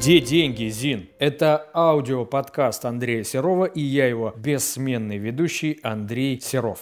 Где деньги, Зин? Это аудиоподкаст Андрея Серова, и я его бессменный ведущий Андрей Серов.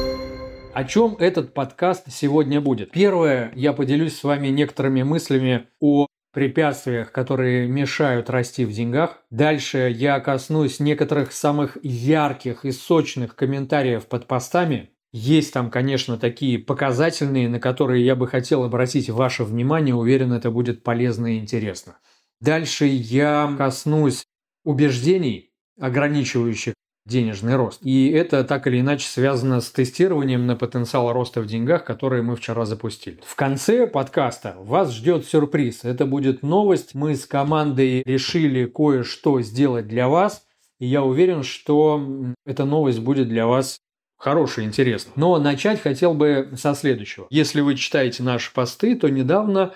О чем этот подкаст сегодня будет? Первое, я поделюсь с вами некоторыми мыслями о препятствиях, которые мешают расти в деньгах. Дальше я коснусь некоторых самых ярких и сочных комментариев под постами. Есть там, конечно, такие показательные, на которые я бы хотел обратить ваше внимание. Уверен, это будет полезно и интересно. Дальше я коснусь убеждений, ограничивающих денежный рост. И это так или иначе связано с тестированием на потенциал роста в деньгах, которые мы вчера запустили. В конце подкаста вас ждет сюрприз. Это будет новость. Мы с командой решили кое-что сделать для вас. И я уверен, что эта новость будет для вас хорошей, интересной. Но начать хотел бы со следующего. Если вы читаете наши посты, то недавно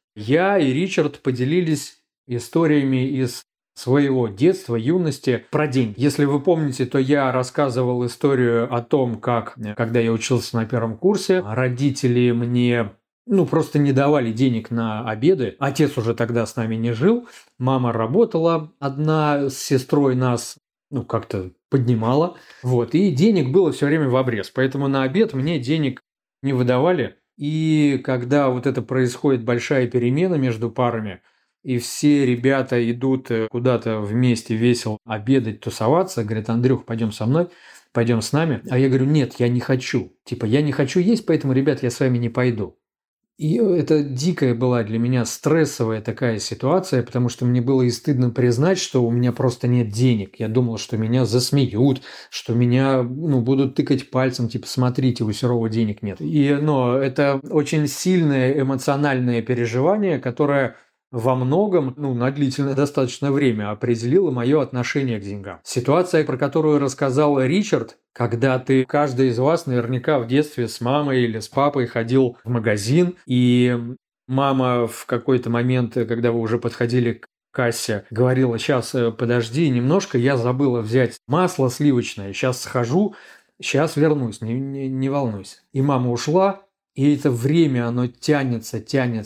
я и Ричард поделились историями из своего детства, юности про деньги. Если вы помните, то я рассказывал историю о том, как, когда я учился на первом курсе, родители мне просто не давали денег на обеды. Отец уже тогда с нами не жил, мама работала одна с сестрой, нас как-то поднимала. И денег было все время в обрез. Поэтому на обед мне денег не выдавали. И когда это происходит большая перемена между парами, и все ребята идут куда-то вместе весело обедать, тусоваться, говорят: Андрюх, пойдем со мной, пойдем с нами. А я говорю: нет, я не хочу. Я не хочу есть, поэтому, ребят, я с вами не пойду. И это дикая была для меня стрессовая такая ситуация, потому что мне было и стыдно признать, что у меня просто нет денег. Я думал, что меня засмеют, что меня будут тыкать пальцем, смотрите, у Серова денег нет. Но это очень сильное эмоциональное переживание, которое во многом, на длительное достаточно время определило мое отношение к деньгам. Ситуация, про которую рассказал Ричард, когда каждый из вас наверняка в детстве с мамой или с папой ходил в магазин, и мама в какой-то момент, когда вы уже подходили к кассе, говорила: сейчас подожди немножко, я забыла взять масло сливочное, сейчас схожу, сейчас вернусь, не волнуйся. И мама ушла, и это время, оно тянется.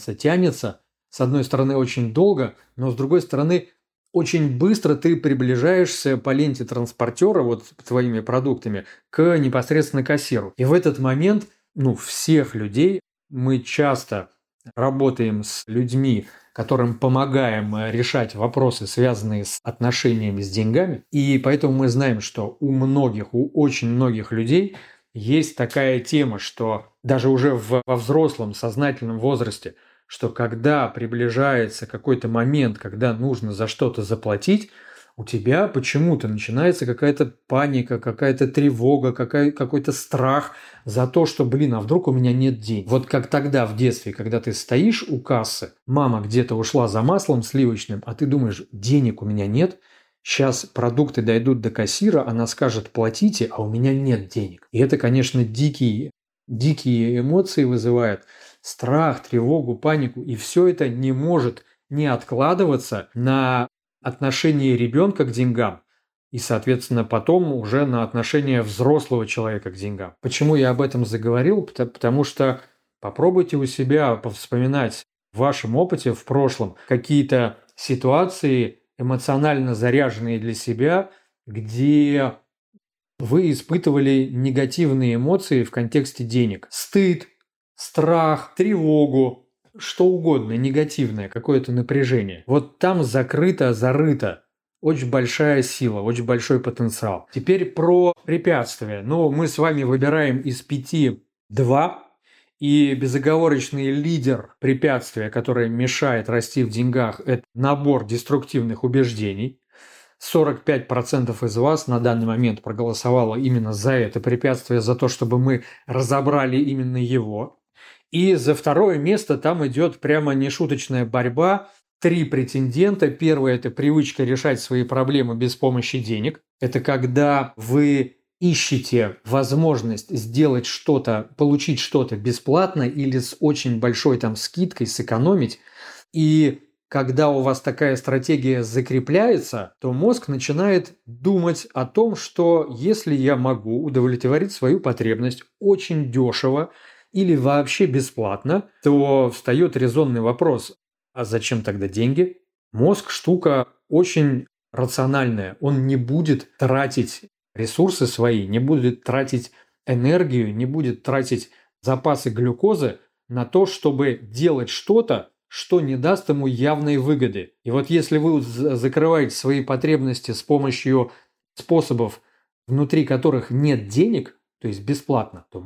С одной стороны, очень долго, но с другой стороны, очень быстро ты приближаешься по ленте транспортера твоими продуктами к непосредственно кассиру. И в этот момент, всех людей, мы часто работаем с людьми, которым помогаем решать вопросы, связанные с отношениями с деньгами. И поэтому мы знаем, что у очень многих людей есть такая тема, что даже уже во взрослом сознательном возрасте, что когда приближается какой-то момент, когда нужно за что-то заплатить, у тебя почему-то начинается какая-то паника, какая-то тревога, какой-то страх за то, что, а вдруг у меня нет денег. Как тогда в детстве, когда ты стоишь у кассы, мама где-то ушла за маслом сливочным, а ты думаешь: денег у меня нет, сейчас продукты дойдут до кассира, она скажет: платите, а у меня нет денег. И это, конечно, дикие эмоции вызывает. Страх, тревогу, панику. И все это не может не откладываться на отношение ребенка к деньгам и, соответственно, потом уже на отношение взрослого человека к деньгам. Почему я об этом заговорил? Потому что попробуйте у себя повспоминать в вашем опыте в прошлом какие-то ситуации, эмоционально заряженные для себя, где вы испытывали негативные эмоции в контексте денег. Стыд, страх, тревогу, что угодно, негативное, какое-то напряжение. Там зарыто очень большая сила, очень большой потенциал. Теперь про препятствия. Мы с вами выбираем из 5 2. И безоговорочный лидер препятствия, которое мешает расти в деньгах, это набор деструктивных убеждений. 45% из вас на данный момент проголосовало именно за это препятствие, за то, чтобы мы разобрали именно его. И за второе место там идет прямо нешуточная борьба. 3 претендента. Первое – это привычка решать свои проблемы без помощи денег. Это когда вы ищете возможность сделать что-то, получить что-то бесплатно или с очень большой скидкой, сэкономить. И когда у вас такая стратегия закрепляется, то мозг начинает думать о том, что если я могу удовлетворить свою потребность очень дешево или вообще бесплатно, то встает резонный вопрос: а зачем тогда деньги? Мозг штука очень рациональная. Он не будет тратить ресурсы свои, не будет тратить энергию, не будет тратить запасы глюкозы на то, чтобы делать что-то, что не даст ему явной выгоды. И вот если вы закрываете свои потребности с помощью способов, внутри которых нет денег, то есть бесплатно, то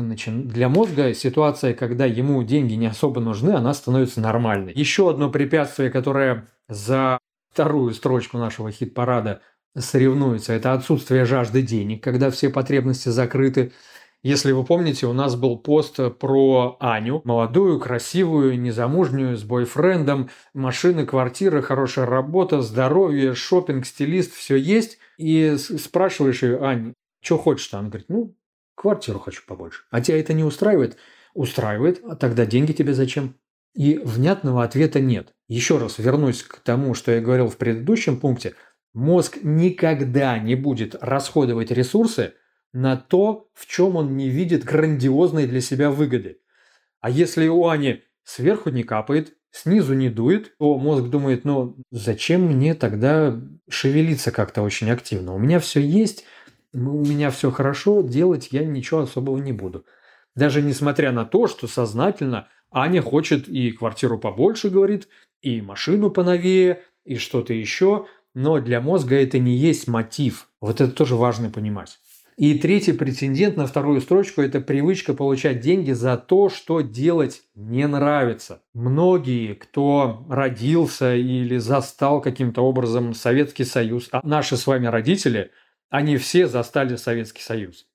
для мозга ситуация, когда ему деньги не особо нужны, она становится нормальной. Еще одно препятствие, которое за вторую строчку нашего хит-парада соревнуется, это отсутствие жажды денег, когда все потребности закрыты. Если вы помните, у нас был пост про Аню, молодую, красивую, незамужнюю, с бойфрендом, машины, квартира, хорошая работа, здоровье, шопинг, стилист, все есть. И спрашиваешь ее: Ань, что хочешь-то? Она говорит: квартиру хочу побольше. А тебя это не устраивает? Устраивает. А тогда деньги тебе зачем? И внятного ответа нет. Еще раз вернусь к тому, что я говорил в предыдущем пункте. Мозг никогда не будет расходовать ресурсы на то, в чем он не видит грандиозной для себя выгоды. А если у Ани сверху не капает, снизу не дует, то мозг думает: зачем мне тогда шевелиться как-то очень активно? У меня все есть, у меня все хорошо, делать я ничего особого не буду. Даже несмотря на то, что сознательно Аня хочет и квартиру побольше, говорит, и машину поновее, и что-то еще, но для мозга это не есть мотив. Вот это тоже важно понимать. И третий претендент на вторую строчку – это привычка получать деньги за то, что делать не нравится. Многие, кто родился или застал каким-то образом Советский Союз, а наши с вами родители, они все застали Советский Союз.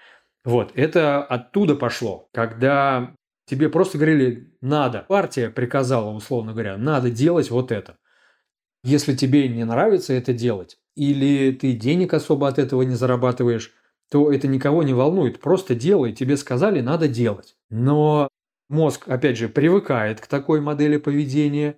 Вот, это оттуда пошло, когда тебе просто говорили: надо. Партия приказала, условно говоря, надо делать вот это. Если тебе не нравится это делать, или ты денег особо от этого не зарабатываешь, то это никого не волнует. Просто делай, тебе сказали, надо делать. Но мозг, опять же, привыкает к такой модели поведения,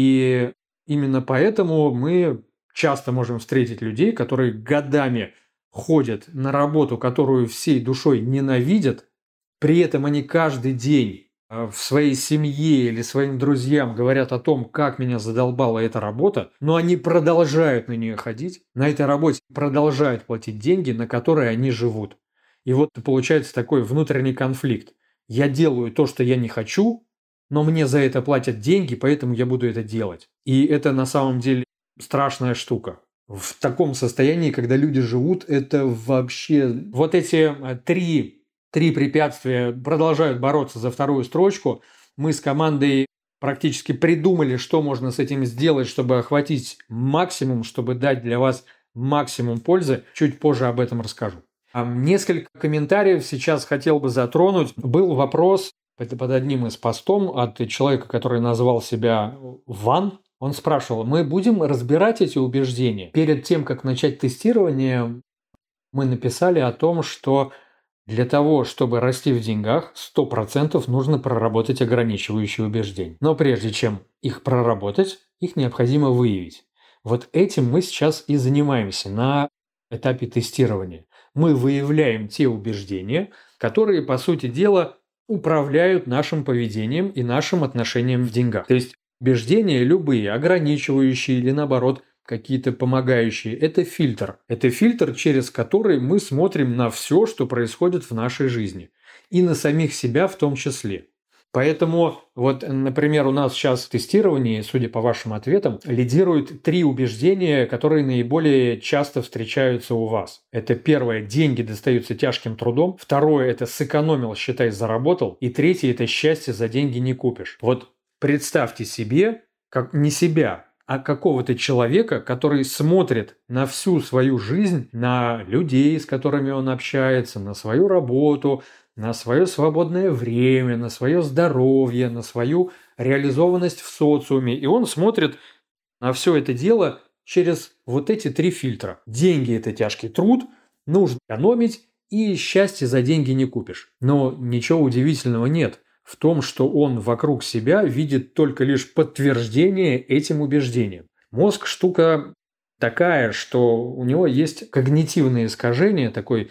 и именно поэтому мы часто можем встретить людей, которые годами ходят на работу, которую всей душой ненавидят, при этом они каждый день в своей семье или своим друзьям говорят о том, как меня задолбала эта работа, но они продолжают на нее ходить, на этой работе продолжают платить деньги, на которые они живут. И вот получается такой внутренний конфликт. Я делаю то, что я не хочу, но мне за это платят деньги, поэтому я буду это делать. И это на самом деле страшная штука. В таком состоянии, когда люди живут, это вообще... Вот эти три препятствия продолжают бороться за вторую строчку. Мы с командой практически придумали, что можно с этим сделать, чтобы охватить максимум, чтобы дать для вас максимум пользы. Чуть позже об этом расскажу. Несколько комментариев сейчас хотел бы затронуть. Был вопрос под одним из постов от человека, который назвал себя Ван. Он спрашивал: мы будем разбирать эти убеждения? Перед тем, как начать тестирование, мы написали о том, что для того, чтобы расти в деньгах, 100% нужно проработать ограничивающие убеждения. Но прежде чем их проработать, их необходимо выявить. Вот этим мы сейчас и занимаемся на этапе тестирования. Мы выявляем те убеждения, которые, по сути дела, управляют нашим поведением и нашим отношением в деньгах. То есть убеждения любые, ограничивающие или наоборот какие-то помогающие, это фильтр. Это фильтр, через который мы смотрим на все, что происходит в нашей жизни. И на самих себя в том числе. Поэтому, вот, например, у нас сейчас в тестировании, судя по вашим ответам, лидируют 3 убеждения, которые наиболее часто встречаются у вас. Это первое: деньги достаются тяжким трудом. Второе: это сэкономил, считай, заработал. И третье: это счастье за деньги не купишь. Вот представьте себе, как не себя, а какого-то человека, который смотрит на всю свою жизнь, на людей, с которыми он общается, на свою работу, на свое свободное время, на свое здоровье, на свою реализованность в социуме. И он смотрит на все это дело через вот эти 3 фильтра. Деньги – это тяжкий труд, нужно экономить, и счастье за деньги не купишь. Но ничего удивительного нет в том, что он вокруг себя видит только лишь подтверждение этим убеждениям. Мозг – штука такая, что у него есть когнитивные искажения, такой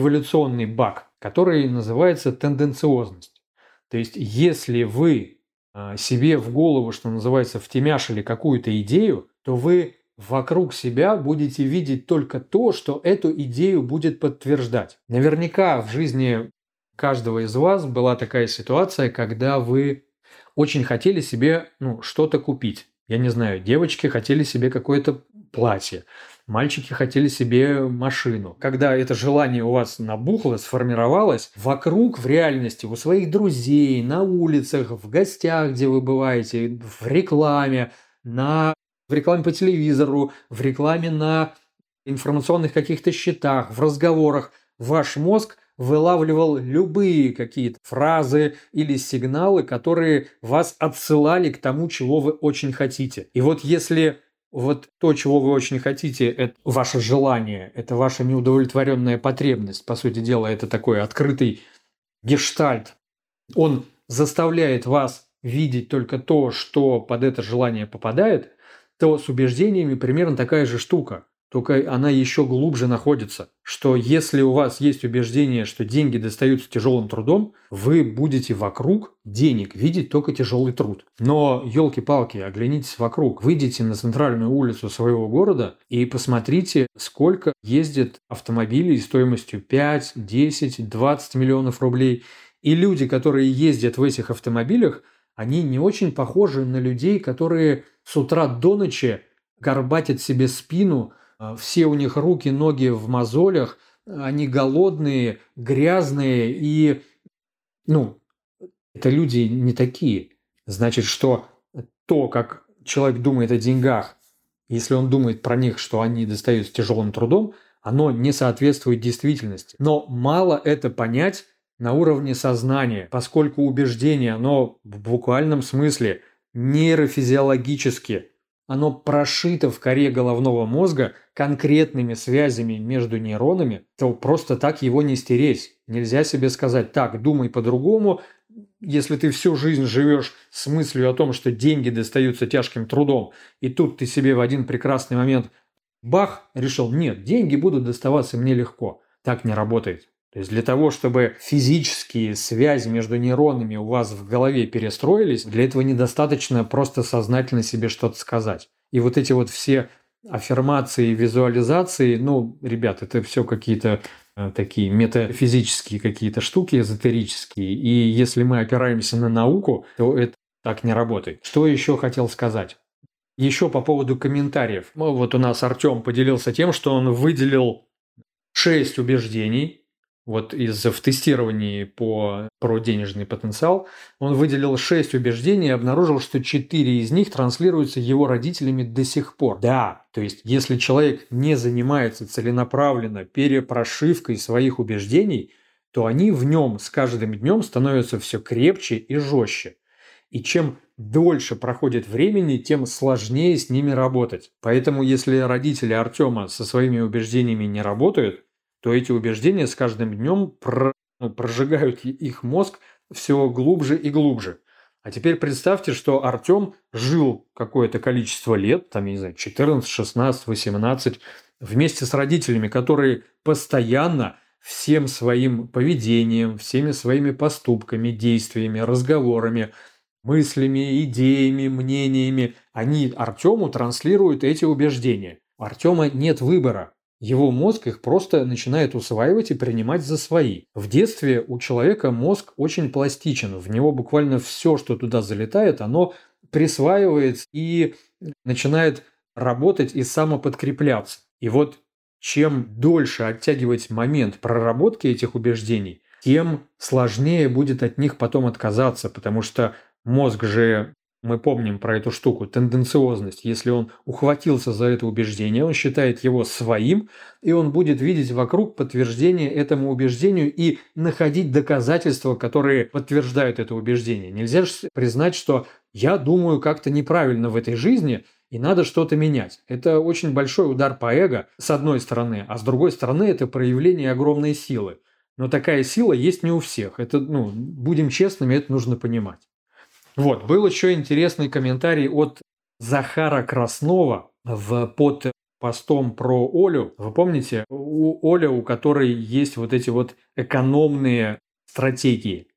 эволюционный баг, который называется тенденциозность. То есть, если вы себе в голову, что называется, втемяшили какую-то идею, то вы вокруг себя будете видеть только то, что эту идею будет подтверждать. Наверняка в жизни каждого из вас была такая ситуация, когда вы очень хотели себе что-то купить. Я не знаю, девочки хотели себе какое-то платье, мальчики хотели себе машину. Когда это желание у вас набухло, сформировалось, вокруг в реальности, у своих друзей, на улицах, в гостях, где вы бываете, в рекламе по телевизору, в рекламе на информационных каких-то счетах, в разговорах, ваш мозг вылавливал любые какие-то фразы или сигналы, которые вас отсылали к тому, чего вы очень хотите. И вот если вот то, чего вы очень хотите, это ваше желание, это ваша неудовлетворенная потребность, по сути дела, это такой открытый гештальт, он заставляет вас видеть только то, что под это желание попадает, то с убеждениями примерно такая же штука. Только она еще глубже находится, что если у вас есть убеждение, что деньги достаются тяжелым трудом, вы будете вокруг денег видеть только тяжелый труд. Но, елки-палки, оглянитесь вокруг, выйдите на центральную улицу своего города и посмотрите, сколько ездит автомобилей стоимостью 5, 10, 20 миллионов рублей. И люди, которые ездят в этих автомобилях, они не очень похожи на людей, которые с утра до ночи горбатят себе спину. Все у них руки, ноги в мозолях, они голодные, грязные, и, это люди не такие. Значит, что то, как человек думает о деньгах, если он думает про них, что они достаются тяжелым трудом, оно не соответствует действительности. Но мало это понять на уровне сознания, поскольку убеждение, оно в буквальном смысле нейрофизиологически, оно прошито в коре головного мозга конкретными связями между нейронами, то просто так его не стереть. Нельзя себе сказать: так, думай по-другому. Если ты всю жизнь живешь с мыслью о том, что деньги достаются тяжким трудом, и тут ты себе в один прекрасный момент бах, решил: нет, деньги будут доставаться мне легко. Так не работает. То есть для того, чтобы физические связи между нейронами у вас в голове перестроились, для этого недостаточно просто сознательно себе что-то сказать. И вот эти вот все аффирмации, визуализации, ребят, это все какие-то такие метафизические какие-то штуки, эзотерические. И если мы опираемся на науку, то это так не работает. Что еще хотел сказать? Еще по поводу комментариев. Вот у нас Артем поделился тем, что он выделил 6 убеждений. Вот в тестировании про денежный потенциал он выделил 6 убеждений и обнаружил, что 4 из них транслируются его родителями до сих пор. Да, то есть если человек не занимается целенаправленно перепрошивкой своих убеждений, то они в нем с каждым днем становятся все крепче и жестче. И чем дольше проходит времени, тем сложнее с ними работать. Поэтому если родители Артема со своими убеждениями не работают, то эти убеждения с каждым днем прожигают их мозг все глубже и глубже. А теперь представьте, что Артем жил какое-то количество лет, 14, 16, 18, вместе с родителями, которые постоянно всем своим поведением, всеми своими поступками, действиями, разговорами, мыслями, идеями, мнениями, они Артему транслируют эти убеждения. У Артема нет выбора. Его мозг их просто начинает усваивать и принимать за свои. В детстве у человека мозг очень пластичен. В него буквально все, что туда залетает, оно присваивается и начинает работать и самоподкрепляться. И вот чем дольше оттягивать момент проработки этих убеждений, тем сложнее будет от них потом отказаться, потому что мозг же, мы помним про эту штуку, тенденциозность. Если он ухватился за это убеждение, он считает его своим, и он будет видеть вокруг подтверждение этому убеждению и находить доказательства, которые подтверждают это убеждение. Нельзя же признать, что я думаю как-то неправильно в этой жизни, и надо что-то менять. Это очень большой удар по эго, с одной стороны, а с другой стороны это проявление огромной силы. Но такая сила есть не у всех. Это, будем честными, это нужно понимать. Вот, был еще интересный комментарий от Захара Краснова под постом про Олю. Вы помните, у которой есть вот эти вот экономные стратегии.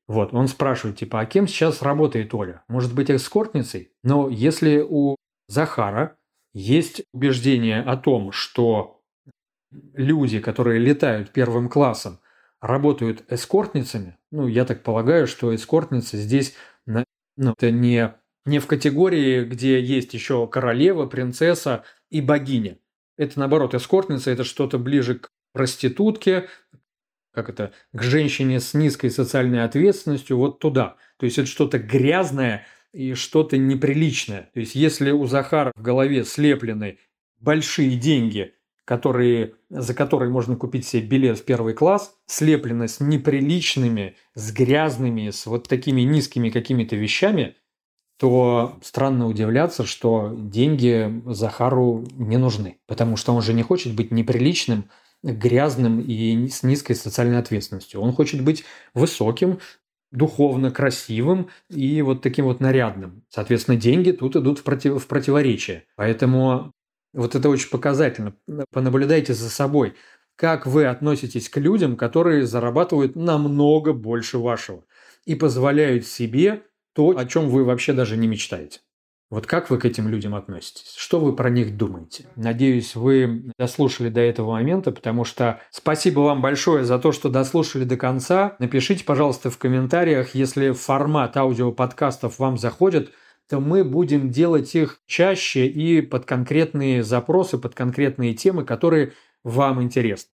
Вот, он спрашивает, типа, а кем сейчас работает Оля? Может быть, эскортницей? Но если у Захара есть убеждение о том, что люди, которые летают первым классом, работают эскортницами, ну, я так полагаю, что эскортница здесь это не в категории, где есть еще королева, принцесса и богиня. Это, наоборот, эскортница – это что-то ближе к проститутке, к женщине с низкой социальной ответственностью, вот туда. То есть это что-то грязное и что-то неприличное. То есть если у Захара в голове слеплены большие деньги, за которые можно купить себе билет в первый класс, слеплено с неприличными, с грязными, с вот такими низкими какими-то вещами, то странно удивляться, что деньги Захару не нужны, потому что он же не хочет быть неприличным, грязным и с низкой социальной ответственностью. Он хочет быть высоким, духовно красивым и вот таким вот нарядным. Соответственно, деньги тут идут в противоречие. Поэтому вот это очень показательно. Понаблюдайте за собой, как вы относитесь к людям, которые зарабатывают намного больше вашего и позволяют себе то, о чем вы вообще даже не мечтаете. Вот как вы к этим людям относитесь? Что вы про них думаете? Надеюсь, вы дослушали до этого момента, потому что спасибо вам большое за то, что дослушали до конца. Напишите, пожалуйста, в комментариях, если формат аудиоподкастов вам заходит, то мы будем делать их чаще и под конкретные запросы, под конкретные темы, которые вам интересны.